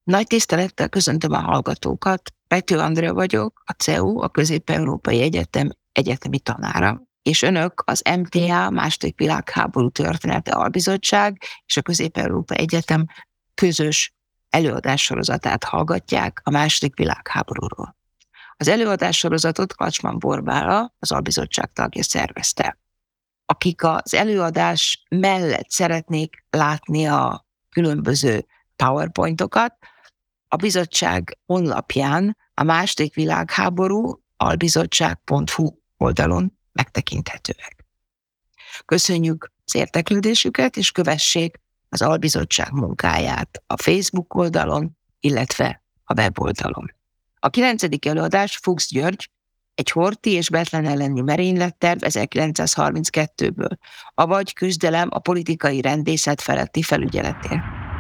Nagy tisztelettel köszöntöm a hallgatókat. Pető Andrea vagyok, a CEU, a Közép-Európai Egyetem egyetemi tanára, és önök az MTA II. Világháború Története Albizottság és a Közép-Európai Egyetem közös előadássorozatát hallgatják a II. Világháborúról. Az előadássorozatot Kacsman Borbála, az albizottság tagja szervezte. Akik az előadás mellett szeretnék látni a különböző PowerPointokat, a bizottság honlapján a II. Világháború albizottság.hu oldalon megtekinthetőek. Köszönjük az érdeklődésüket, és kövessék az albizottság munkáját a Facebook oldalon, illetve a weboldalon. A 9. előadás Fuchs György, egy Horthy és Bethlen elleni merényletterv 1932-ből, avagy küzdelem a politikai rendészet feletti felügyeletért.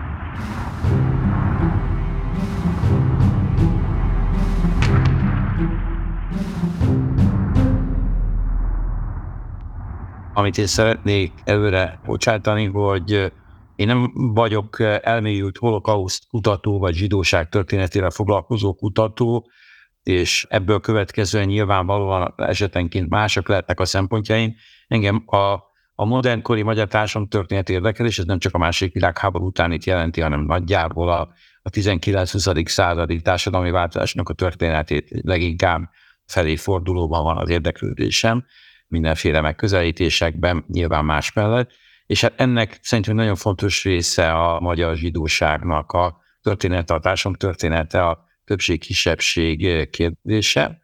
Amit én szeretnék előre bocsátani, hogy én nem vagyok elmélyült holokauszt kutató, vagy zsidóság történetével foglalkozó kutató, és ebből következően nyilvánvalóan esetenként mások lehetnek a szempontjaim. Engem a modernkori magyar társadalom történet érdekel, és ez nem csak a II. Világháború után itt jelenti, hanem nagyjából a 19-20. századi társadalmi változásnak a történetét leginkább felé fordulóban van az érdeklődésem, mindenféle megközelítésekben, nyilván más mellett, és hát ennek szerintem nagyon fontos része a magyar zsidóságnak a története, a társadalom története, a többség-kisebbség kérdése,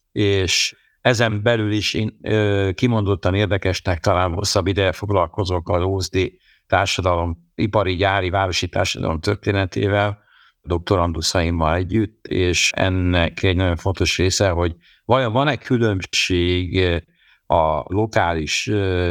és ezen belül is én kimondottan érdekesnek talán hosszabb ideje foglalkozok az OSZD társadalom, ipari, gyári, városi társadalom történetével, doktoranduszaimmal együtt, és ennek egy nagyon fontos része, hogy vajon van-e különbség a lokális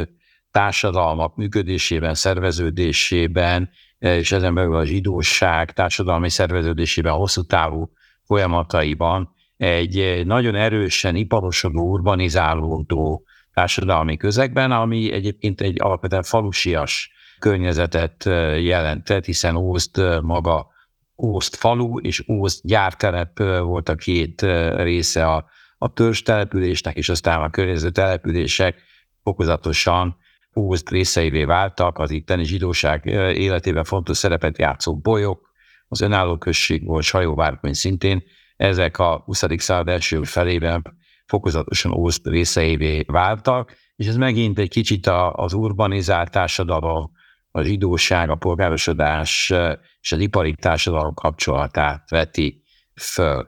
társadalmak működésében, szerveződésében, és ezen belül a zsidóság társadalmi szerveződésében, hosszú távú folyamataiban egy nagyon erősen iparosodó, urbanizálódó társadalmi közegben, ami egyébként egy alapvetően falusias környezetet jelentett, hiszen Ózd maga, Ózd falu és Ózd gyártelep volt a két része a törzstelepülésnek, és aztán a környező települések fokozatosan Ózd részeivé váltak, az itteni zsidóság életében fontos szerepet játszó Bolyok, az önálló község volt, Sajóvárkony szintén, ezek a 20. század első felében fokozatosan Ózd részeivé váltak, és ez megint egy kicsit az urbanizált társadalom, a zsidóság, a polgárosodás és az ipari társadalom kapcsolatát veti föl.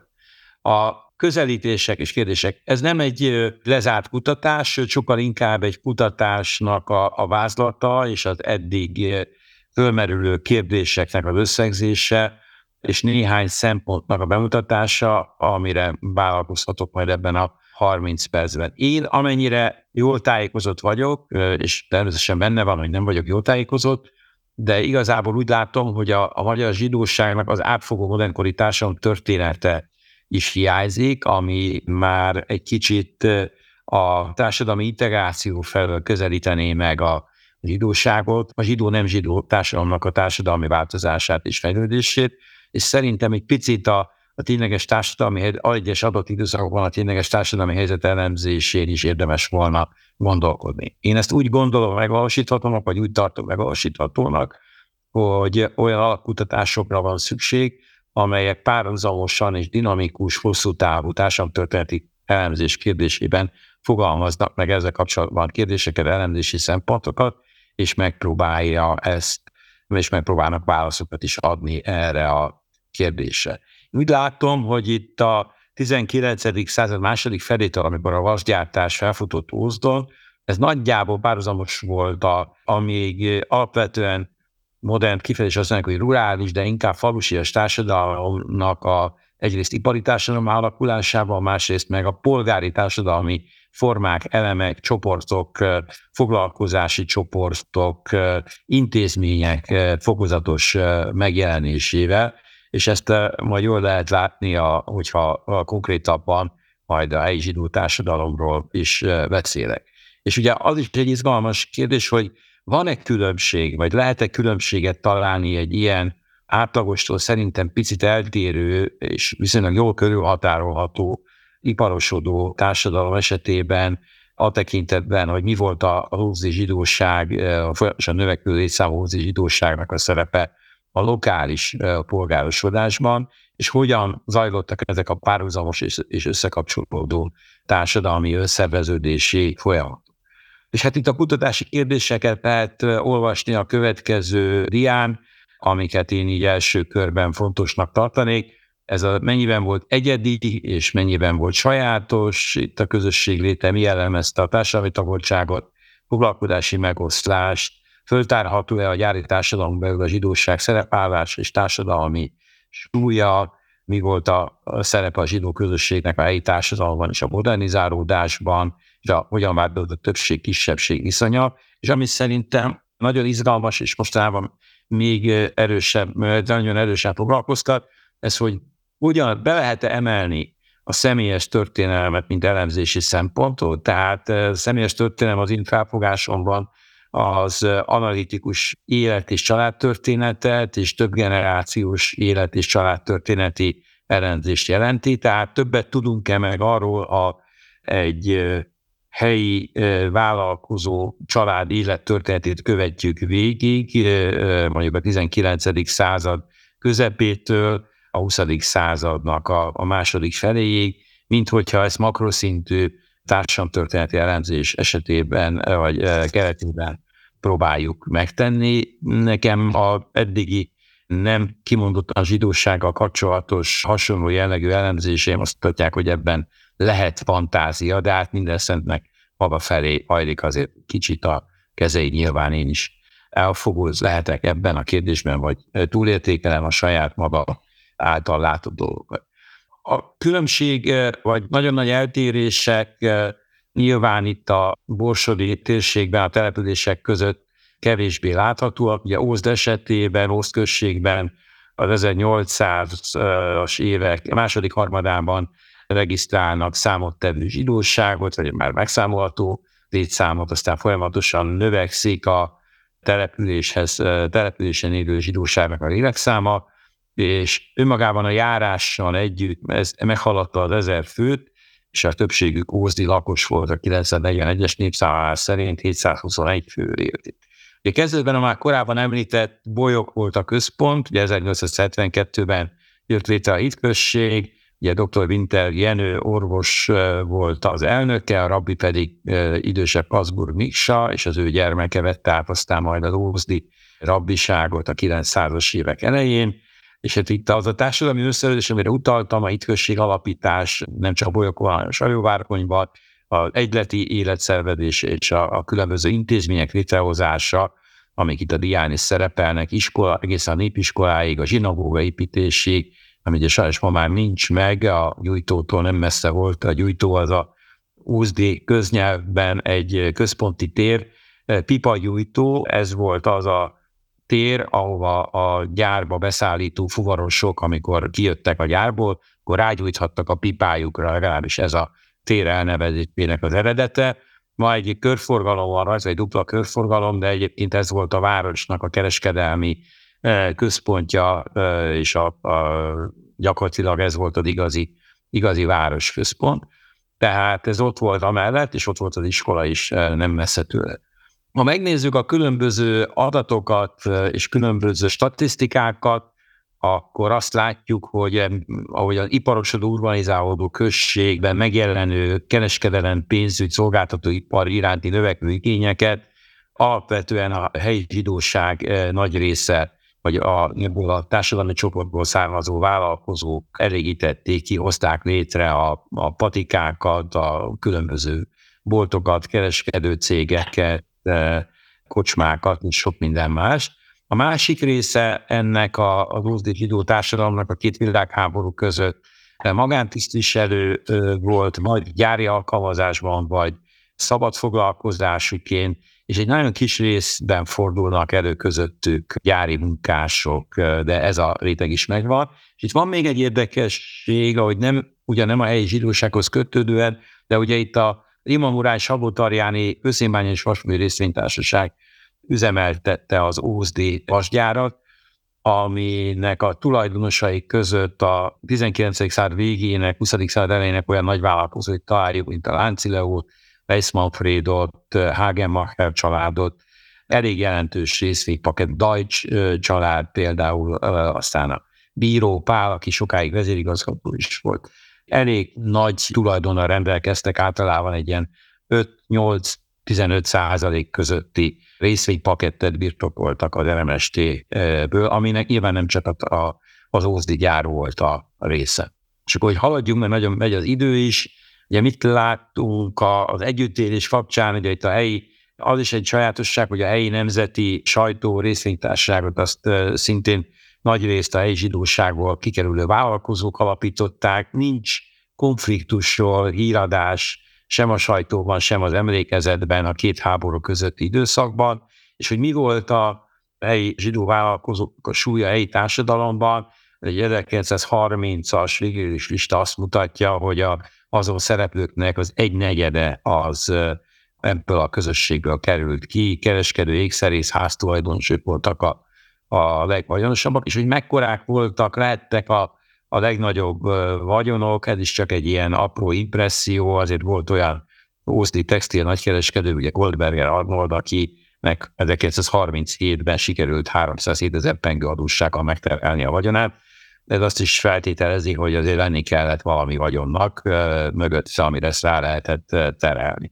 A közelítések és kérdések, ez nem egy lezárt kutatás, sőt sokkal inkább egy kutatásnak a vázlata és az eddig fölmerülő kérdéseknek az összegzése, és néhány szempontnak a bemutatása, amire vállalkozhatok majd ebben a 30 percben. Én amennyire jól tájékozott vagyok, és természetesen benne van, hogy nem vagyok jól tájékozott, de igazából úgy látom, hogy a magyar zsidóságnak az átfogó modernkori társadalom története is hiányzik, ami már egy kicsit a társadalmi integráció felől közelítené meg a zsidóságot, a zsidó-nem zsidó társadalomnak a társadalmi változását és fejlődését, és szerintem egy picit a tényleges társadalmi helyzet, egyes adott időszakokban a tényleges társadalmi helyzet elemzésén is érdemes volna gondolkodni. Én ezt úgy gondolom megvalósíthatónak, vagy úgy tartom megvalósíthatónak, hogy olyan alapkutatásokra van szükség, amelyek párhuzamosan és dinamikus, hosszú távú társadalomtörténeti elemzés kérdésében fogalmaznak meg ezzel kapcsolatban kérdéseket, elemzési szempontokat, és megpróbálnak válaszokat is adni erre a kérdésre. Úgy látom, hogy itt a 19. század második felétől, amikor a vasgyártás felfutott Ózdon, ez nagyjából párhuzamos volt, amíg alapvetően modern kifejezés azt mondják, hogy rurális, de inkább falusias társadalomnak egyrészt ipari társadalom alakulásával, másrészt meg a polgári társadalmi formák, elemek, csoportok, foglalkozási csoportok, intézmények fokozatos megjelenésével, és ezt majd jól lehet látni, hogyha konkrétabban majd a helyi zsidó társadalomról is beszélek. És ugye az is egy izgalmas kérdés, hogy van-e különbség, vagy lehet-e különbséget találni egy ilyen átlagostól szerintem picit eltérő és viszonylag jól körülhatárolható iparosodó társadalom esetében a tekintetben, hogy mi volt a ózdi zsidóság, a folyamatosan növekvő létszámú ózdi zsidóságnak a szerepe a lokális polgárosodásban, és hogyan zajlottak ezek a párhuzamos és összekapcsolódó társadalmi összeveződési folyamatok. És hát itt a kutatási kérdéseket lehet olvasni a következő dián, amiket én így első körben fontosnak tartanék. Ez mennyiben volt egyedi, és mennyiben volt sajátos, itt a közösség léte mi jellemezte a társadalmi tagoltságot, foglalkozási megoszlást, föltárható-e a gyári társadalom belül a zsidóság szerepállás és társadalmi súlya, mi volt a szerepe a zsidó közösségnek a helyi társadalomban és a modernizálódásban, és hogyan változott a többség-kisebbség viszonya, és ami szerintem nagyon izgalmas, és mostanában még erősebb, nagyon erősen foglalkoztat, ez, hogy ugyan be lehet-e emelni a személyes történelmet, mint elemzési szempontot, tehát személyes történelem az én felfogásomban az analitikus élet- és családtörténetet, és több generációs élet- és családtörténeti elemzést jelenti, tehát többet tudunk-e meg arról egy helyi vállalkozó család élettörténetét követjük végig, mondjuk a 19. század közepétől a 20. századnak a második feléig, mint hogyha ezt makroszintű társadalomtörténeti elemzés esetében vagy keretében próbáljuk megtenni. Nekem az eddigi nem kimondottan zsidósággal kapcsolatos hasonló jellegű elemzéseim azt mutatják, hogy ebben lehet fantázia, de hát minden szentnek maga felé hajlik azért kicsit a kezei, nyilván én is elfogult lehetek ebben a kérdésben, vagy túlértékelem a saját maga által látott dolgokat. A különbség, vagy nagyon nagy eltérések nyilván itt a borsodi térségben, a települések között kevésbé láthatóak. Ugye Ózd esetében, Ózd községben az 1800-as évek második harmadában regisztrálnak számottevő zsidóságot, vagy már megszámolható létszámot, aztán folyamatosan növekszik a településen élő zsidóságnak a lélekszáma, és önmagában a járással együtt ez meghaladta az 1000 főt, és a többségük ózdi lakos volt, a 941-es népszámlálás szerint 721 fő élt itt. Ugye kezdetben a már korábban említett Bolyok volt a központ, ugye 1872-ben jött létre a hitközség, ugye dr. Winter Jenő orvos volt az elnöke, a rabbi pedig idősebb Habsburg Miksa, és az ő gyermeke vette át aztán majd az ózdi rabbiságot a 900-as évek elején, és hát itt az a társadalmi összevezés, amire utaltam, a hitközség alapítás nem csak Bolyokon, hanem a Sajóvárkonyban, az egyleti életszervezés és a különböző intézmények létrehozása, amik itt a dián is szerepelnek, iskola, egészen a népiskoláig, a zsinagóga építésig, ami ugye sajnos ma már nincs meg, a Gyújtótól nem messze volt, a Gyújtó az a ózdi köznyelvben egy központi tér, Pipa Gyújtó, ez volt az a tér, ahova a gyárba beszállító fuvarosok, amikor kijöttek a gyárból, akkor rágyújthattak a pipájukra, legalábbis ez a tér elnevezésének az eredete. Ma egy körforgalom van rajta, egy dupla körforgalom, de egyébként ez volt a városnak a kereskedelmi központja, és gyakorlatilag ez volt az igazi városközpont. Tehát ez ott volt amellett, és ott volt az iskola is nem messze tőle. Ha megnézzük a különböző adatokat és különböző statisztikákat, akkor azt látjuk, hogy ahogy az iparosodó, urbanizálódó községben megjelenő kereskedelem, pénzügy, szolgáltatóipar iránti növekvő igényeket alapvetően a helyi zsidóság nagy része, vagy ebből a társadalmi csoportból származó vállalkozók elégítették ki, hozták létre a patikákat, a különböző boltokat, kereskedő cégeket, kocsmákat és sok minden más. A másik része ennek az ózdi zsidó társadalomnak a két világháború között magántisztviselő volt, vagy gyári alkalmazásban, vagy szabad foglalkozásúként, és egy nagyon kis részben fordulnak elő közöttük gyári munkások, de ez a réteg is megvan. És itt van még egy érdekesség, hogy ugyan nem a helyi zsidósághoz kötődően, de ugye itt a Imamurán Sabó-Tarjáni Közénbánya és Vasmű Részvénytársaság üzemeltette az ózdi vasgyárat, aminek a tulajdonosai között a 19. század végének, 20. század elejének olyan nagyvállalkozóit találjuk, mint a Lánchileót, Weiss Manfredot, Hagenmacher családot, elég jelentős részvénypaket, Deutsch család például, aztán a Bíró Pál, aki sokáig vezérigazgató is volt. Elég nagy tulajdonnal rendelkeztek, általában egy ilyen 5-8-15% közötti részvénypakettet birtokoltak az RMST-ből, aminek nyilván nem csak az ózdi gyár volt a része. És akkor, hogy haladjunk, mert nagyon megy az idő is, ugye mit láttunk az együttélés kapcsán, ugye itt a helyi, az is egy sajátosság, hogy a helyi nemzeti sajtó részvénytársaságot azt szintén nagy részt a helyi zsidóságból kikerülő vállalkozók alapították, nincs konfliktusról híradás sem a sajtóban, sem az emlékezetben a két háború közötti időszakban, és hogy mi volt a helyi zsidó vállalkozók a súlya a helyi társadalomban, egy 1930-as végülés lista azt mutatja, hogy azon szereplőknek az 1/4 az ebből a közösségből került ki, kereskedő, ékszerész, háztulajdonosok voltak a legvagyonosabbak, és hogy mekkorák voltak, lehettek a legnagyobb vagyonok, ez is csak egy ilyen apró impresszió, azért volt olyan ózdi textil nagykereskedő, ugye Goldberger Arnold, akinek 1937-ben sikerült 307 000 pengő adóssággal megterelni a vagyonát, ez azt is feltételezi, hogy azért lenni kellett valami vagyonnak mögötte, amire ezt rá lehetett terelni.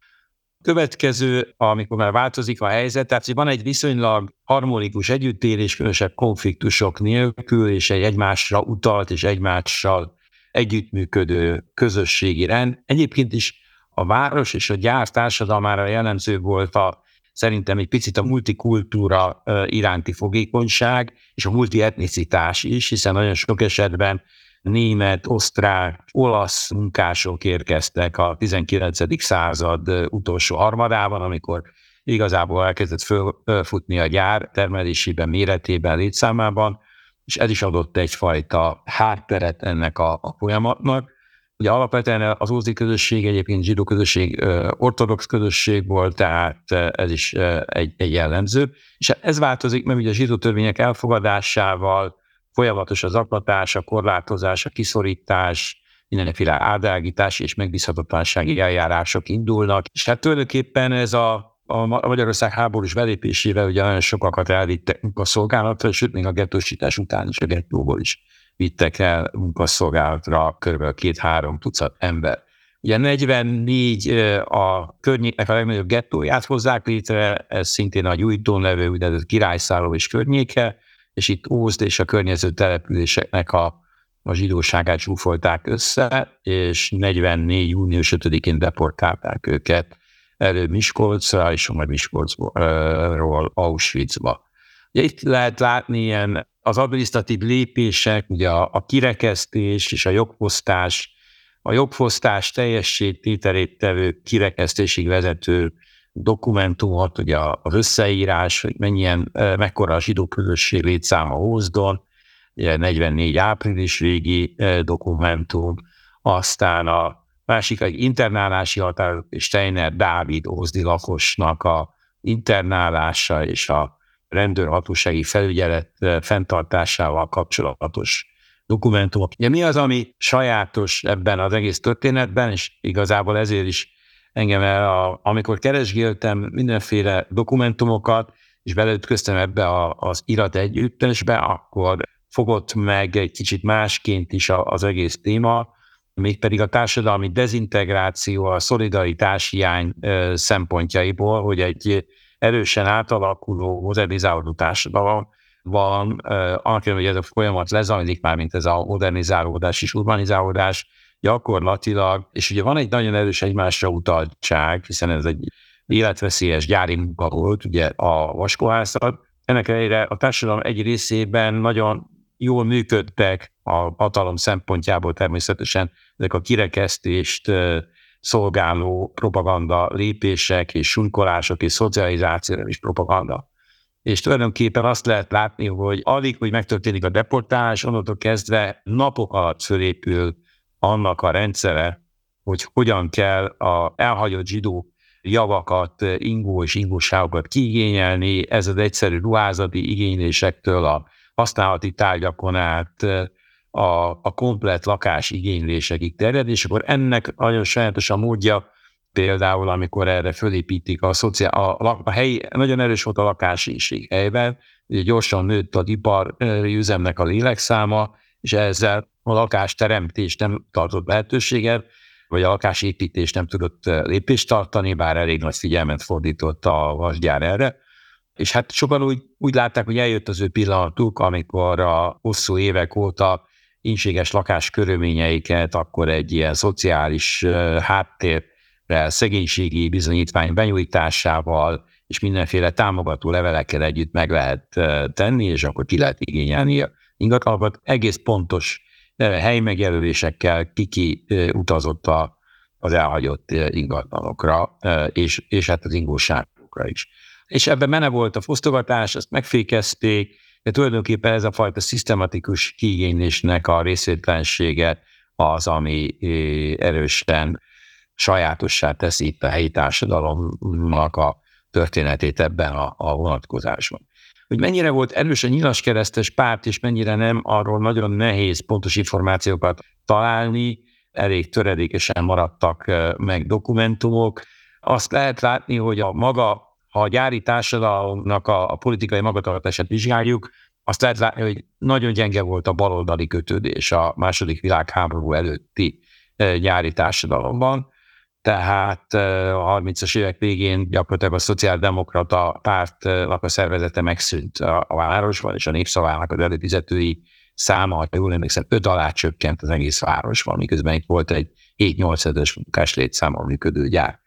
Következő, amikor már változik a helyzet, tehát van egy viszonylag harmonikus együttélés, különösebb konfliktusok nélkül, és egy egymásra utalt és egymással együttműködő közösségi rend. Egyébként is a város és a gyár társadalmára jellemző volt szerintem egy picit a multikultúra iránti fogékonyság, és a multietnicitás is, hiszen nagyon sok esetben német, osztrák, olasz munkások érkeztek a 19. század utolsó harmadában, amikor igazából elkezdett fölfutni a gyár termelésében, méretében, létszámában, és ez is adott egyfajta hátteret ennek a folyamatnak. Ugye alapvetően az ózdi közösség egyébként zsidó közösség, ortodox közösség volt, tehát ez is egy jellemző. És ez változik, mert ugye a zsidó törvények elfogadásával folyamatos az zaklatás, a korlátozás, a kiszorítás, mindenféle ádrágítási és megbízhatatlansági eljárások indulnak. És hát tulajdonképpen ez a Magyarország háborús belépésével ugye nagyon sokakat elvittek munkaszolgálatra, sőt, még a gettósítás után is a gettóból is vittek el munkaszolgálatra kb. 2-3 tucat ember. Ugye 44 a környéknek a legnagyobb gettóját hozzák létre, ez szintén a Gyújtón levő úgynevezett Királyszálló és környéke, és itt Ózd és a környező településeknek a zsidóságát zsúfolták össze, és 44. június 5-én deportálták őket előbb Miskolcra, és majd Miskolcról Auschwitzba. Ugye itt lehet látni ilyen az adminisztratív lépések, ugye a kirekesztés és a jogfosztás teljességtételét tevő kirekesztésig vezető dokumentumot, ugye az összeírás, hogy mekkora a zsidó közösség létszáma Ózdon, ugye 44 április régi dokumentum, aztán a másik egy internálási határozat, és Steiner Dávid ózdi lakosnak a internálása és a rendőrhatósági felügyelet fenntartásával kapcsolatos dokumentumok. Ugye mi az, ami sajátos ebben az egész történetben, és igazából ezért is engem amikor keresgéltem mindenféle dokumentumokat, és beleütköztem ebbe az irat együttesbe, akkor fogott meg egy kicsit másként is az egész téma, mégpedig a társadalmi dezintegráció, a szolidaritás hiány szempontjaiból, hogy egy erősen átalakuló, modernizálódó társadalom van, annak hogy ez a folyamat lezajlik már, mint ez a modernizálódás és urbanizálódás gyakorlatilag, és ugye van egy nagyon erős egymásra utaltság, hiszen ez egy életveszélyes gyári munka volt, ugye a vaskohászat. Ennek ellenére a társadalom egy részében nagyon jól működtek a hatalom szempontjából természetesen ezek a kirekesztést szolgáló propaganda lépések és sunkolások és szocializáció is propaganda. És tulajdonképpen azt lehet látni, hogy alig, hogy megtörténik a deportálás, onnantól kezdve napok alatt fölépül annak a rendszere, hogy hogyan kell az elhagyott zsidó javakat, ingó és ingóságokat kiigényelni, ez az egyszerű ruházati igénylésektől a használati tárgyakon át a komplett lakás igénylésekig terjed, és akkor ennek nagyon sajátos a módja, például amikor erre fölépítik a helyi, nagyon erős volt a lakásínség helyben, ugye gyorsan nőtt az ipari üzemnek a lélekszáma, és ezzel a lakásteremtés nem tartott lehetőséget, vagy a lakásépítés nem tudott lépést tartani, bár elég nagy figyelmet fordított a vasgyár erre. És hát sokan úgy látták, hogy eljött az ő pillanatuk, amikor a hosszú évek óta ínséges lakás körülményeiket akkor egy ilyen szociális háttérrel, szegénységi bizonyítvány benyújtásával és mindenféle támogató levelekkel együtt meg lehet tenni, és akkor ki lehet igényelni ingatlanokat. Egész pontos helymegjelölésekkel kiki utazott az elhagyott ingatlanokra, és hát az ingóságokra is. És ebben benne volt a fosztogatás, ezt megfékezték, de tulajdonképpen ez a fajta szisztematikus kiigénylésnek a részvétlensége az, ami erősen sajátossá teszi itt a helyi társadalomnak a történetét ebben a vonatkozásban. Hogy mennyire volt erős a nyilaskeresztes párt, és mennyire nem, arról nagyon nehéz pontos információkat találni, elég töredékesen maradtak meg dokumentumok. Azt lehet látni, hogy ha a gyári társadalomnak a politikai magatartását vizsgáljuk, azt lehet látni, hogy nagyon gyenge volt a baloldali kötődés a II. Világháború előtti gyári társadalomban. Tehát a 30-as évek végén gyakorlatilag a szociáldemokrata pártnak a szervezete megszűnt a városban, és a Népszavának az előfizetői száma, ha jól emlékszem, 5 alá csökkent az egész városban, miközben itt volt egy 7-8 munkás létszámmal működő gyár.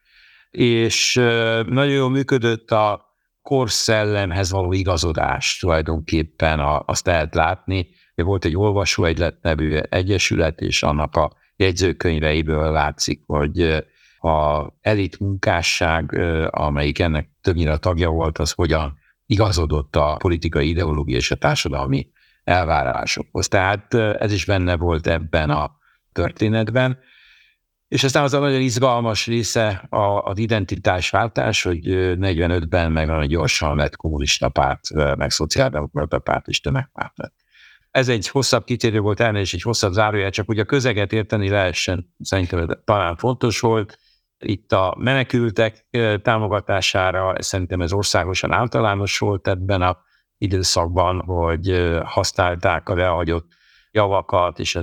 És nagyon jól működött a korszellemhez való igazodás tulajdonképpen, azt lehet látni, hogy volt egy olvasóegylet nevű egyesület, és annak a jegyzőkönyveiből látszik, hogy a elit munkásság, amelyik ennek többnyire a tagja volt, az hogyan igazodott a politikai ideológia és a társadalmi elvárásokhoz. Tehát ez is benne volt ebben a történetben. És aztán az a nagyon izgalmas része az identitásváltás, hogy 45-ben meg nagyon gyorsan lett kommunista párt, meg szociáldemokrata párt és tömegpárt lett. Ez egy hosszabb kitérő volt ennél, és egy hosszabb zárójel, csak hogy a közeget érteni lehessen, szerintem talán fontos volt. Itt a menekültek támogatására, szerintem ez országosan általános volt ebben az időszakban, hogy használták az elhagyott javakat, és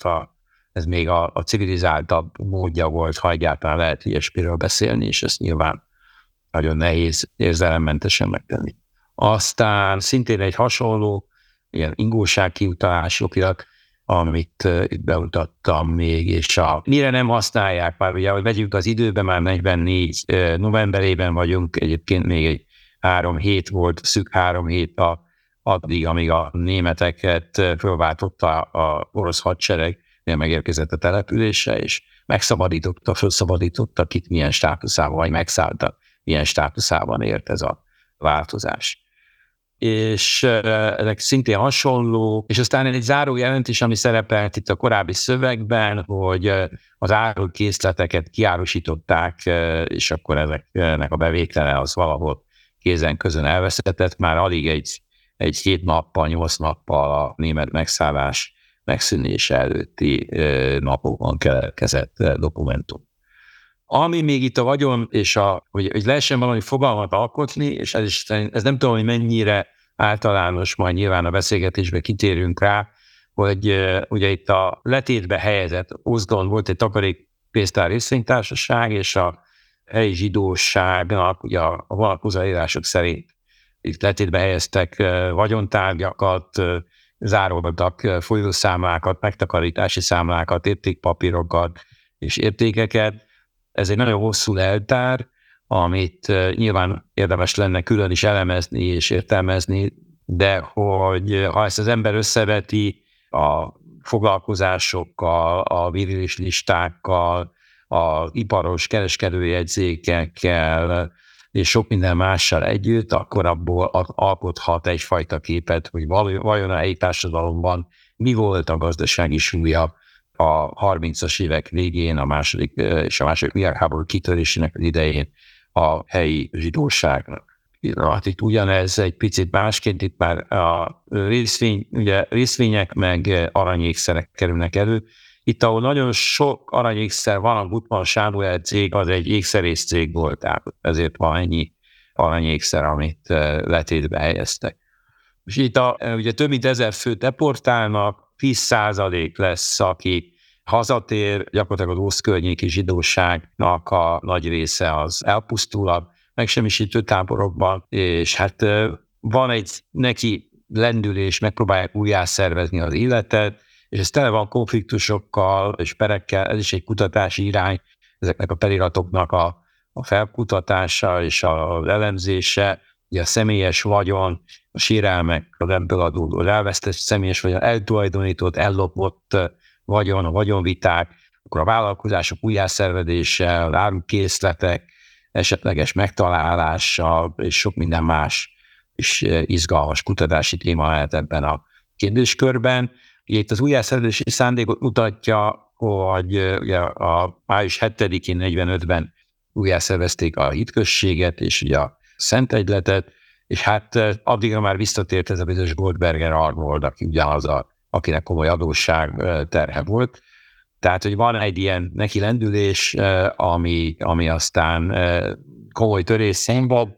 ez még a civilizáltabb módja volt, ha egyáltalán lehet ilyesmiről beszélni, és ezt nyilván nagyon nehéz érzelemmentesen megtenni. Aztán szintén egy hasonló ilyen ingóság kiutalás jogilag, amit itt bemutattam még, és mire nem használják már, ugye, hogy vegyünk az időben, már 44 novemberében vagyunk, egyébként még egy 3 hét volt, szűk 3 hét addig, amíg a németeket fölváltotta a orosz hadsereg, megérkezett a településre, és felszabadította, kit milyen státuszában, vagy megszállta, milyen státuszában ért ez a változás. És ezek szintén hasonló, és aztán egy záró jelentés, ami szerepelt itt a korábbi szövegben, hogy az árukészleteket kiárusították, és akkor ezeknek a bevétele az valahol kézen közön elvesztetett, már alig egy 7 nappal, 8 nappal a német megszállás megszűnése előtti napokban keletkezett dokumentum. Ami még itt a vagyon, és hogy lehessen valami fogalmat alkotni, és ez nem tudom, hogy mennyire általános, majd nyilván a beszélgetésben kitérünk rá, hogy ugye itt a letétbe helyezett Oszdon volt egy takarékpénztár részvénytársaság, és a helyi zsidóságnak ugye a vonatkozó írások szerint itt letétbe helyeztek vagyontárgyakat, zároltak folyószámlákat, megtakarítási számlákat, értékpapírokat és értékeket. Ez egy nagyon hosszú leltár, amit nyilván érdemes lenne külön is elemezni és értelmezni, de hogy ha ezt az ember összeveti a foglalkozásokkal, a virilis listákkal, az iparos kereskedőjegyzékekkel, és sok minden mással együtt, akkor abból alkothat egyfajta képet, hogy vajon a helyi társadalomban mi volt a gazdasági súlya a 30-as évek végén, a második világháború kitörésének az idején a helyi zsidóságnak. itt ugyanez egy picit másként, itt már a részvények meg aranyékszerek kerülnek elő. Itt, ahol nagyon sok aranyékszer van, a Gutmann Sámuel cég az egy ékszerész cég volt, tehát ezért van ennyi aranyékszer, amit letétbe helyeztek. És itt ugye több mint 1000 főt deportálnak, 10% lesz, aki hazatér, gyakorlatilag az OSZ környéki zsidóságnak a nagy része az elpusztul a megsemmisítő táborokban, és hát van egy neki lendülés, megpróbálják újjá szervezni az életet, és ez tele van konfliktusokkal és perekkel, ez is egy kutatási irány, ezeknek a periratoknak a felkutatása és az elemzése, ugye a személyes vagyon, a sérelmek, az ebből adódó elvesztett személyes vagyon, eltulajdonított, ellopott vagyon, a vagyonviták, akkor a vállalkozások újjászervezése, az árukészletek, esetleges megtalálása és sok minden más is izgalmas kutatási téma lehet ebben a kérdéskörben. Itt az újjászervezési szándékot mutatja, hogy ugye a május 7-én 45-ben újjászervezték a hitközséget és ugye a Szentegyletet, és hát addigra már visszatért ez a bizonyos Goldberger Arnold, aki ugyanaz, akinek komoly adósság terhe volt. Tehát, hogy van egy ilyen neki lendülés, ami aztán komoly törés szenved.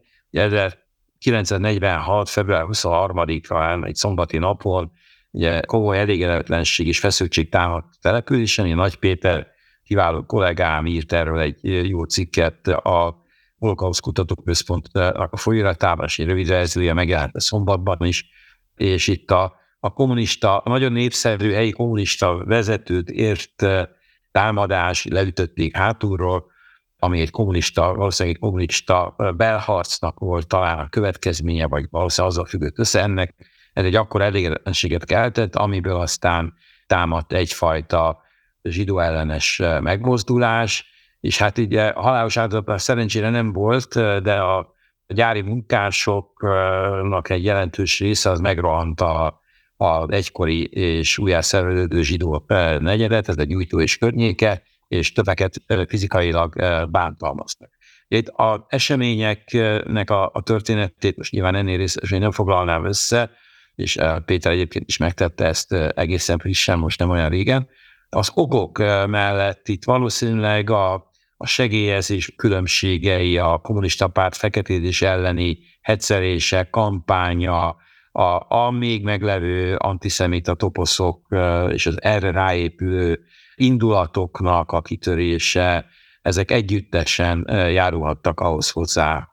1946. február 23-án, egy szombati napon, ugye komoly elégedetlenség és feszültség támadt településen. Nagy Péter, kiváló kollégám írt erről egy jó cikket a Holokauszt Kutatóközpontnak a folyóiratában, és egy rövid verziója megjelent a Szombatban is, és itt a kommunista, nagyon népszerű helyi kommunista vezetőt ért támadás, leütötték hátulról, ami egy kommunista, valószínűleg egy kommunista belharcnak volt talán a következménye, vagy valószínűleg azzal függött össze ennek. Ez egy akkora elégedetlenséget keltett, amiből aztán támadt egyfajta zsidó ellenes megmozdulás, és hát ugye a halálos áldozat szerencsére nem volt, de a gyári munkásoknak egy jelentős része az megrohant az egykori és újjászerveződő zsidó negyedet, ez a Gyújtó és környéke, és többeket fizikailag bántalmaztak. Itt az eseményeknek a történetét most nyilván ennél részesen nem foglalnám össze, és Péter egyébként is megtette ezt egészen frissen, most nem olyan régen. Az okok mellett itt valószínűleg a segélyezés különbségei, a kommunista párt feketézés elleni heccelése, kampánya, a még meglevő antiszemita toposzok és az erre ráépülő indulatoknak a kitörése, ezek együttesen járulhattak ahhoz hozzá,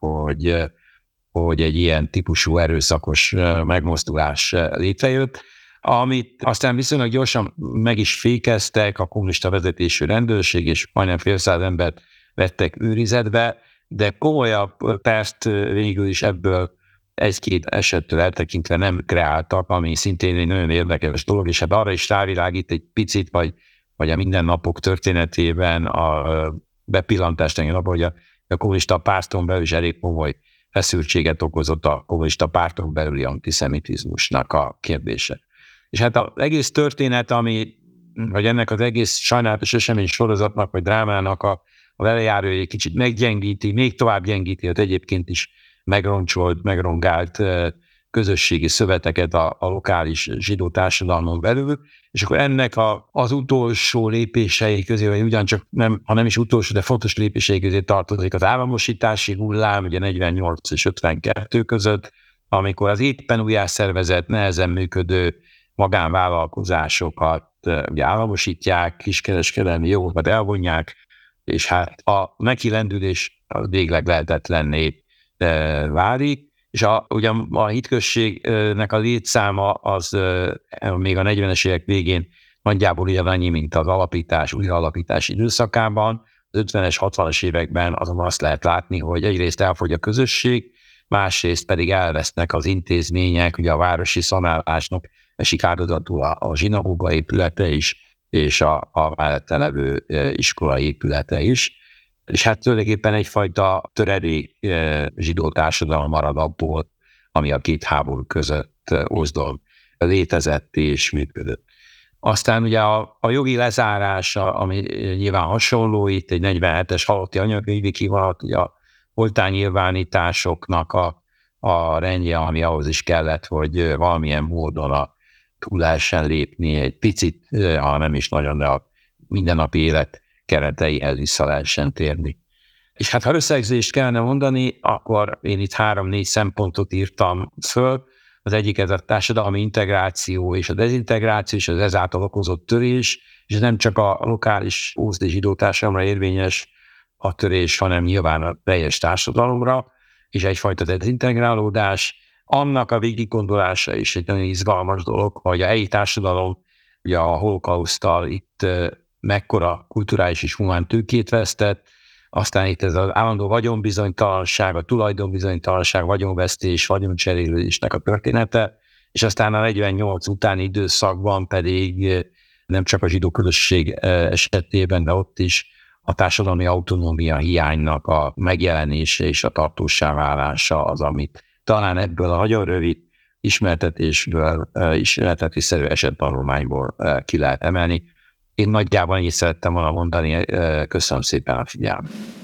hogy egy ilyen típusú erőszakos megmozdulás létrejött, amit aztán viszonylag gyorsan meg is fékeztek a kommunista vezetésű rendőrség, és majdnem fél száz embert vettek őrizetbe, de komolyabb pert végül is ebből egy-két esettől eltekintve nem kreáltak, ami szintén egy nagyon érdekes dolog, és hát arra is rávilágít egy picit, vagy a mindennapok történetében a bepillantást engem abban, hogy a kommunista párton belül is elég komoly feszültséget okozott a kommunista párton belüli antiszemitizmusnak a kérdése. És hát az egész történet, vagy ennek az egész sajnálatos esemény sorozatnak, vagy drámának a velejárója egy kicsit meggyengíti, még tovább gyengíti, hát egyébként is megrongált közösségi szöveteket a lokális zsidó társadalmon belül, és akkor ennek az utolsó lépései közé, vagy ugyancsak ha nem is utolsó, de fontos lépései közé tartozik az államosítási hullám, ugye 48 és 52 között, amikor az éppen újjászervezett, nehezen működő magánvállalkozásokat ugye államosítják, kiskereskedelmi jogokat elvonják, és hát a neki lendülés végleg lehetetlenné válik, és ugye a hitközségnek a létszáma az még a 40-es évek végén nagyjából ugyanannyi, mint az újraalapítás időszakában. Az 50-es, 60-as években azonban azt lehet látni, hogy egyrészt elfogy a közösség, másrészt pedig elvesznek az intézmények, ugye a városi szanálásnak esik áldozatul a zsinagóga épülete is, és a mellette levő iskola épülete is. És hát tulajdonképpen egyfajta töredék zsidó társadalom marad abból, ami a két háború között Oszdon létezett és működött. Aztán ugye a jogi lezárása, ami nyilván hasonló, itt egy 47-es halotti anyakönyvi kivonat, ugye a holtánynyilvánításoknak a a rendje, ami ahhoz is kellett, hogy valamilyen módon túl lehessen lépni egy picit, ha nem is nagyon, de a mindennapi élet kereteihez vissza lehessen térni. És hát ha összegzést kellene mondani, akkor én itt 3-4 szempontot írtam föl. Az egyik ez a társadalmi integráció és a dezintegráció, és az ezáltal okozott törés, és ez nem csak a lokális ózdi zsidó társadalomra érvényes a törés, hanem nyilván a teljes társadalomra, és egyfajta dezintegrálódás. Annak a végiggondolása is egy nagyon izgalmas dolog, hogy a helyi társadalom ugye a holokauszttal itt mekkora kulturális és humán tőkét vesztett, aztán itt ez az állandó vagyonbizonytalanság, a tulajdonbizonytalanság, vagyonvesztés, vagyoncserélésnek a története, és aztán a 48 utáni időszakban pedig nem csak a zsidó közösség esetében, de ott is a társadalmi autonómia hiánynak a megjelenése és a tartóssá válása az, amit talán ebből a nagyon rövid ismertetésből, ismertetésszerű esettanulmányból ki lehet emelni. Én nagyjából így szerettem volna mondani, köszönöm szépen a figyelmet.